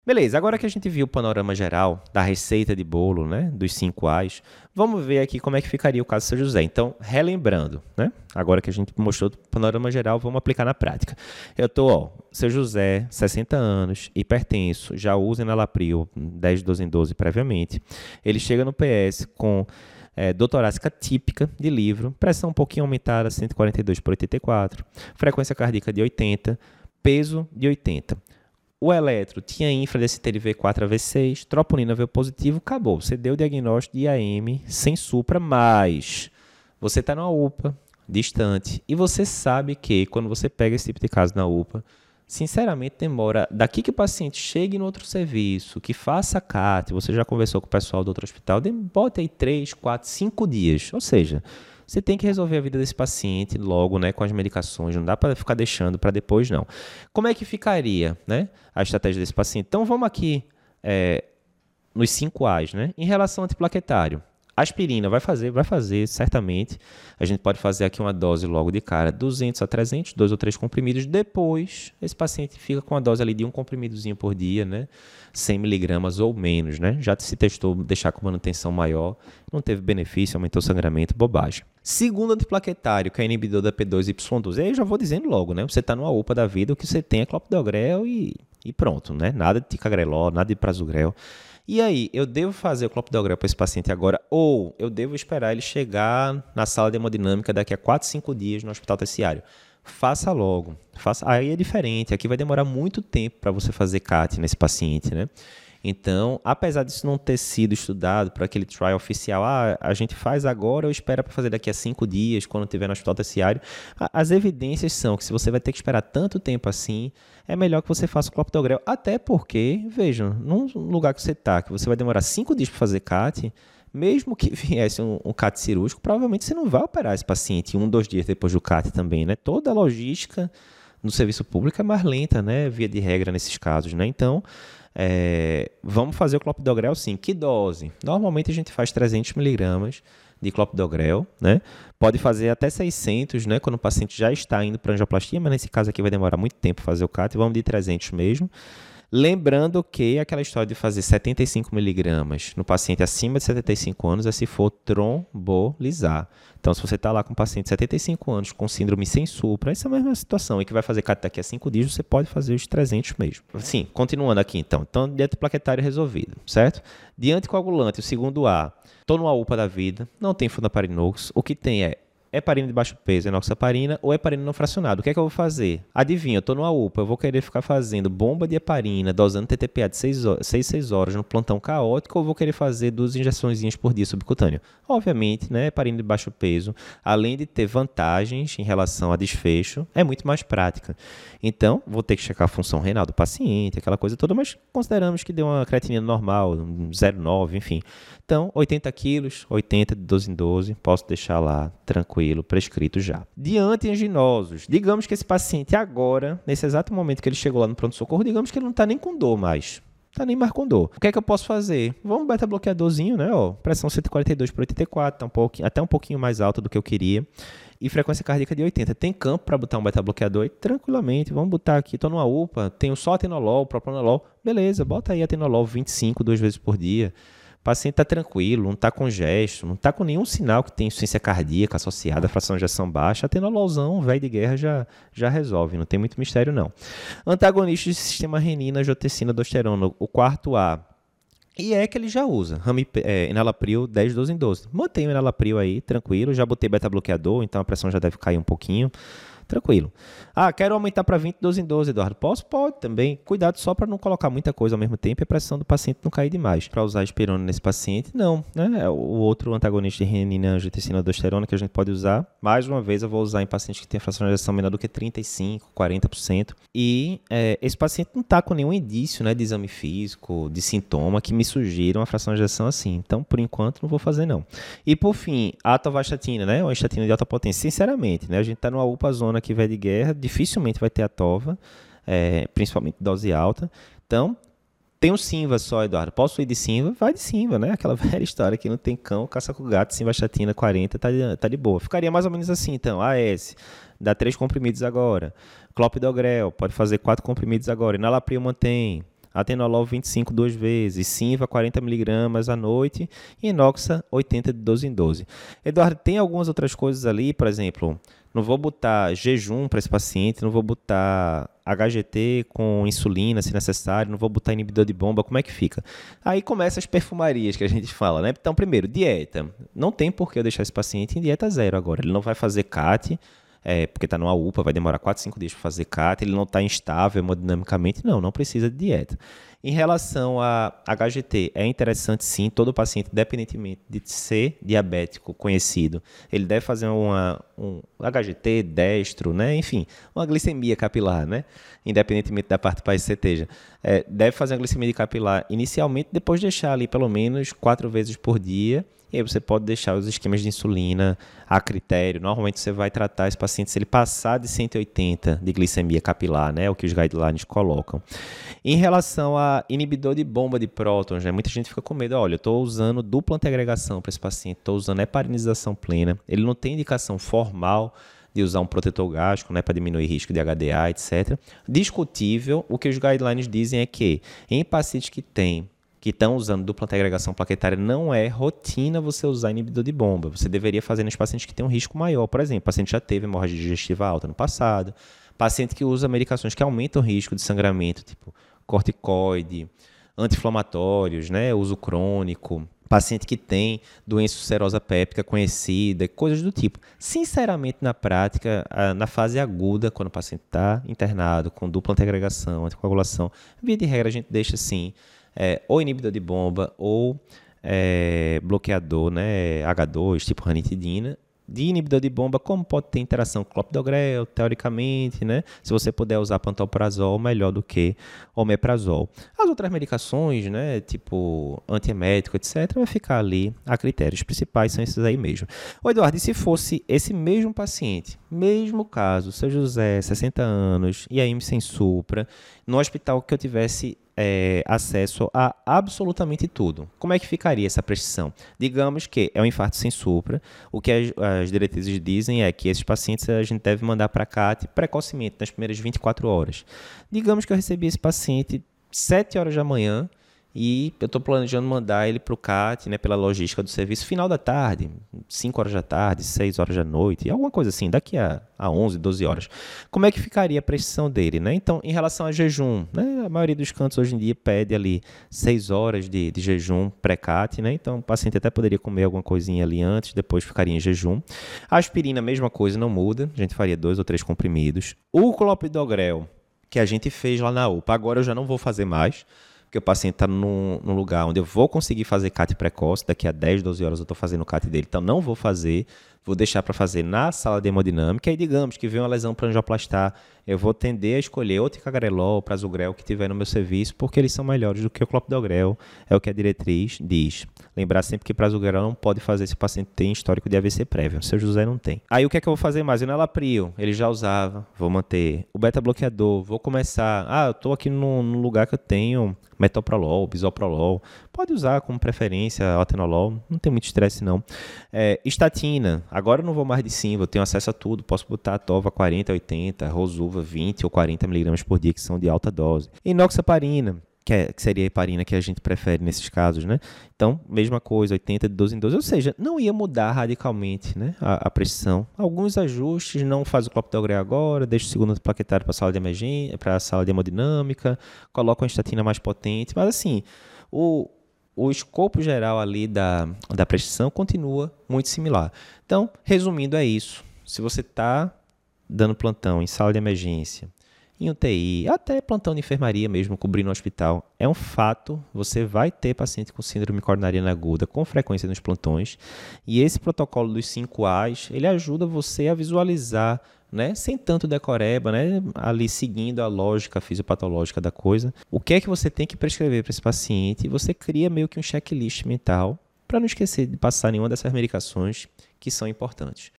Beleza, agora que a gente viu o panorama geral da receita de bolo, né, dos 5 A's, vamos ver aqui como é que ficaria o caso do seu José. Então, relembrando, né, agora que a gente mostrou o panorama geral, vamos aplicar na prática. Eu tô, seu José, 60 anos, hipertenso, já usa enalapril 10 de 12 em 12 previamente. Ele chega no PS com dor torácica típica de livro, pressão um pouquinho aumentada, 142 por 84, frequência cardíaca de 80, peso de 80. O eletro tinha infra DST de V4 a V6, troponina veio positivo, acabou. Você deu o diagnóstico de IAM sem supra, mas você está numa UPA, distante, e você sabe que quando você pega esse tipo de caso na UPA, sinceramente demora, daqui que o paciente chegue no outro serviço, que faça CAT, você já conversou com o pessoal do outro hospital, bota aí 3, 4, 5 dias, ou seja, você tem que resolver a vida desse paciente logo, né, com as medicações, não dá para ficar deixando para depois, não. Como é que ficaria, né, a estratégia desse paciente? Então, vamos aqui nos 5 A's, né? Em relação ao antiplaquetário, aspirina vai fazer, certamente. A gente pode fazer aqui uma dose logo de cara, 200 a 300, 2 ou 3 comprimidos. Depois, esse paciente fica com a dose ali de um comprimidozinho por dia, né? 100 miligramas ou menos, né? Já se testou deixar com manutenção maior, não teve benefício, aumentou o sangramento, bobagem. Segundo antiplaquetário, que é inibidor da P2Y12, aí eu já vou dizendo logo, né? Você está numa UPA da vida, o que você tem é clopidogrel e pronto, né? Nada de ticagrelol, nada de prasugrel. E aí, eu devo fazer o clopidogrel para esse paciente agora ou eu devo esperar ele chegar na sala de hemodinâmica daqui a 4, 5 dias no hospital terciário? Faça logo. Aí é diferente, aqui vai demorar muito tempo para você fazer CAT nesse paciente, né? Então, apesar disso não ter sido estudado por aquele trial oficial, a gente faz agora ou espera para fazer daqui a 5 dias, quando estiver no hospital terciário, as evidências são que se você vai ter que esperar tanto tempo assim, é melhor que você faça o clopidogrel. Até porque, vejam, num lugar que você está, que você vai demorar 5 dias para fazer CAT, mesmo que viesse um CAT cirúrgico, provavelmente você não vai operar esse paciente 1, 2 dias depois do CAT também, né? Toda a logística no serviço público é mais lenta, né? Via de regra nesses casos, né? Então, vamos fazer o clopidogrel sim. Que dose? Normalmente a gente faz 300 miligramas de clopidogrel, né? Pode fazer até 600, né? Quando o paciente já está indo para angioplastia, mas nesse caso aqui vai demorar muito tempo fazer o CAT, vamos de 300 mesmo. Lembrando que aquela história de fazer 75 miligramas no paciente acima de 75 anos é se for trombolizar. Então, se você está lá com um paciente de 75 anos com síndrome sem supra, essa é a mesma situação, e que vai fazer CAT daqui a 5 dias, você pode fazer os 300 mesmo. Sim, continuando aqui então. Então, de antiplaquetário resolvido, certo? De anticoagulante, o segundo A, estou numa UPA da vida, não tem fundaparinux, o que tem é heparina de baixo peso, enoxaparina ou heparina não fracionada. O que é que eu vou fazer? Adivinha, eu estou numa UPA, eu vou querer ficar fazendo bomba de heparina, dosando TTPA de 6 horas no plantão caótico, ou vou querer fazer 2 injeçõezinhas por dia subcutâneo? Obviamente, né, heparina de baixo peso, além de ter vantagens em relação a desfecho, é muito mais prática. Então, vou ter que checar a função renal do paciente, aquela coisa toda, mas consideramos que deu uma creatinina normal, 0,9, enfim. Então, 80 quilos, 80 de 12 em 12, posso deixar lá tranquilo, prescrito já. De antianginosos, digamos que esse paciente agora, nesse exato momento que ele chegou lá no pronto-socorro, digamos que ele não está nem com dor mais. Tá nem mais com dor. O que é que eu posso fazer? Vamos beta-bloqueadorzinho, né? Ó, pressão 142 por 84, tá até um pouquinho mais alta do que eu queria. E frequência cardíaca de 80. Tem campo para botar um beta-bloqueador? Tranquilamente, vamos botar aqui. Estou numa UPA, tenho só atenolol, propranolol. Beleza, bota aí atenolol 25, 2 vezes por dia. O paciente está tranquilo, não está com gesto, não está com nenhum sinal que tem insuficiência cardíaca associada à fração de ejeção baixa. Atenololzão, velho de guerra, já resolve, não tem muito mistério não. Antagonistas de sistema renina, angiotensina, aldosterona, o quarto A. E é que ele já usa, enalapril 10, 12 em 12. Mantém o enalapril aí, tranquilo, já botei beta-bloqueador, então a pressão já deve cair um pouquinho. Tranquilo. Quero aumentar para 20, 12 em 12, Eduardo. Posso? Pode também. Cuidado só para não colocar muita coisa ao mesmo tempo e a pressão do paciente não cair demais. Para usar espirona nesse paciente, não. Né? O outro antagonista de renina, angiotensina, aldosterona que a gente pode usar, mais uma vez eu vou usar em pacientes que têm fração de ejeção menor do que 35%, 40%. E esse paciente não está com nenhum indício, né, de exame físico, de sintoma que me sugira uma fração de ejeção assim. Então, por enquanto, não vou fazer não. E por fim, a atorvastatina, né, uma estatina de alta potência. Sinceramente, né, a gente está numa UPA zona que vai de guerra, dificilmente vai ter a tova, principalmente dose alta. Então, tem um Simva só, Eduardo. Posso ir de Simva? Vai de Simva, né? Aquela velha história que não tem cão, caça com gato, simvastatina 40, tá de boa. Ficaria mais ou menos assim, então. AS, dá 3 comprimidos agora. Clopidogrel, pode fazer 4 comprimidos agora. Enalapril mantém. atenolol 25 duas vezes, Simva 40mg à noite e inoxa 80 de 12 em 12. Eduardo, tem algumas outras coisas ali, por exemplo, não vou botar jejum para esse paciente, não vou botar HGT com insulina, se necessário, não vou botar inibidor de bomba, como é que fica? Aí começam as perfumarias que a gente fala, né? Então, primeiro, dieta. Não tem por que eu deixar esse paciente em dieta zero agora. Ele não vai fazer CAT, porque está numa UPA, vai demorar 4, 5 dias para fazer CAT, ele não está instável hemodinamicamente, não precisa de dieta. Em relação a HGT, é interessante sim, todo paciente, independentemente de ser diabético conhecido, ele deve fazer um HGT destro, né? Enfim, uma glicemia capilar, né? Independentemente da parte pai CTja. Deve fazer uma glicemia capilar inicialmente, depois deixar ali pelo menos 4 vezes por dia. E aí você pode deixar os esquemas de insulina a critério. Normalmente você vai tratar esse paciente se ele passar de 180 de glicemia capilar, né? É o que os guidelines colocam. Em relação a inibidor de bomba de prótons, né? Muita gente fica com medo. Olha, eu estou usando dupla antiagregação para esse paciente, estou usando heparinização plena. Ele não tem indicação formal de usar um protetor gástrico, né, para diminuir risco de HDA, etc. Discutível, o que os guidelines dizem é que em pacientes que estão usando dupla antiagregação plaquetária, não é rotina você usar inibidor de bomba. Você deveria fazer nos pacientes que têm um risco maior. Por exemplo, o paciente já teve hemorragia digestiva alta no passado, paciente que usa medicações que aumentam o risco de sangramento, tipo corticoide, anti-inflamatórios, né, uso crônico, paciente que tem doença ulcerosa péptica conhecida, coisas do tipo. Sinceramente, na prática, na fase aguda, quando o paciente está internado com dupla antiagregação, anticoagulação, via de regra a gente deixa assim, ou inibidor de bomba ou bloqueador, né, H2, tipo ranitidina. De inibidor de bomba, como pode ter interação com clopidogrel, teoricamente, né? Se você puder usar pantoprazol, melhor do que omeprazol. As outras medicações, né, tipo antiemético, etc., vai ficar ali a critério. Os principais são esses aí mesmo. Ô, Eduardo, e se fosse esse mesmo paciente, mesmo caso, seu José, 60 anos, IAM sem supra, no hospital que eu tivesse acesso a absolutamente tudo. Como é que ficaria essa prescrição? Digamos que é um infarto sem supra. O que as diretrizes dizem é que esses pacientes a gente deve mandar para CAT precocemente, nas primeiras 24 horas. Digamos que eu recebi esse paciente 7 horas da manhã e eu estou planejando mandar ele para o CAT, né, pela logística do serviço, final da tarde, 5 horas da tarde, 6 horas da noite, alguma coisa assim, daqui a 11, 12 horas. Como é que ficaria a prescrição dele, né? Então, em relação a jejum, né, a maioria dos cantos hoje em dia pede ali 6 horas de jejum pré-CAT, né? Então, o paciente até poderia comer alguma coisinha ali antes, depois ficaria em jejum. A aspirina, mesma coisa, não muda, a gente faria 2 ou 3 comprimidos. O clopidogrel, que a gente fez lá na UPA, agora eu já não vou fazer mais, porque o paciente está num lugar onde eu vou conseguir fazer CAT precoce, daqui a 10, 12 horas eu estou fazendo o CAT dele, então não vou fazer, vou deixar para fazer na sala de hemodinâmica, e digamos que vem uma lesão para angioplastar, eu vou tender a escolher ou ticagrelol ou prasugrel que tiver no meu serviço, porque eles são melhores do que o clopidogrel, é o que a diretriz diz. Lembrar sempre que prasugrel não pode fazer se o paciente tem histórico de AVC prévio, o seu José não tem. Aí o que é que eu vou fazer mais? O enalapril, ele já usava, vou manter. O beta-bloqueador, vou começar, eu estou aqui num lugar que eu tenho metoprolol, bisoprolol, pode usar como preferência o atenolol, não tem muito estresse não. Estatina, agora eu não vou mais de Simva, eu tenho acesso a tudo, posso botar a Tova 40, 80, Rosuva 20 ou 40 mg por dia, que são de alta dose. Inoxaparina, que seria a heparina que a gente prefere nesses casos, né? Então, mesma coisa, 80 de 12 em 12, ou seja, não ia mudar radicalmente, né, a prescrição. Alguns ajustes, não faz o clopidogrel agora, deixa o segundo plaquetário para a sala de emergência, para a sala de hemodinâmica, coloca uma estatina mais potente, mas assim, o escopo geral ali da prescrição continua muito similar. Então, resumindo, é isso. Se você está dando plantão em sala de emergência, em UTI, até plantão de enfermaria mesmo, cobrindo o hospital, é um fato, você vai ter paciente com síndrome coronariana aguda com frequência nos plantões, e esse protocolo dos 5 A's, ele ajuda você a visualizar, né, sem tanto decoreba, né, ali seguindo a lógica fisiopatológica da coisa, o que é que você tem que prescrever para esse paciente, e você cria meio que um checklist mental para não esquecer de passar nenhuma dessas medicações que são importantes.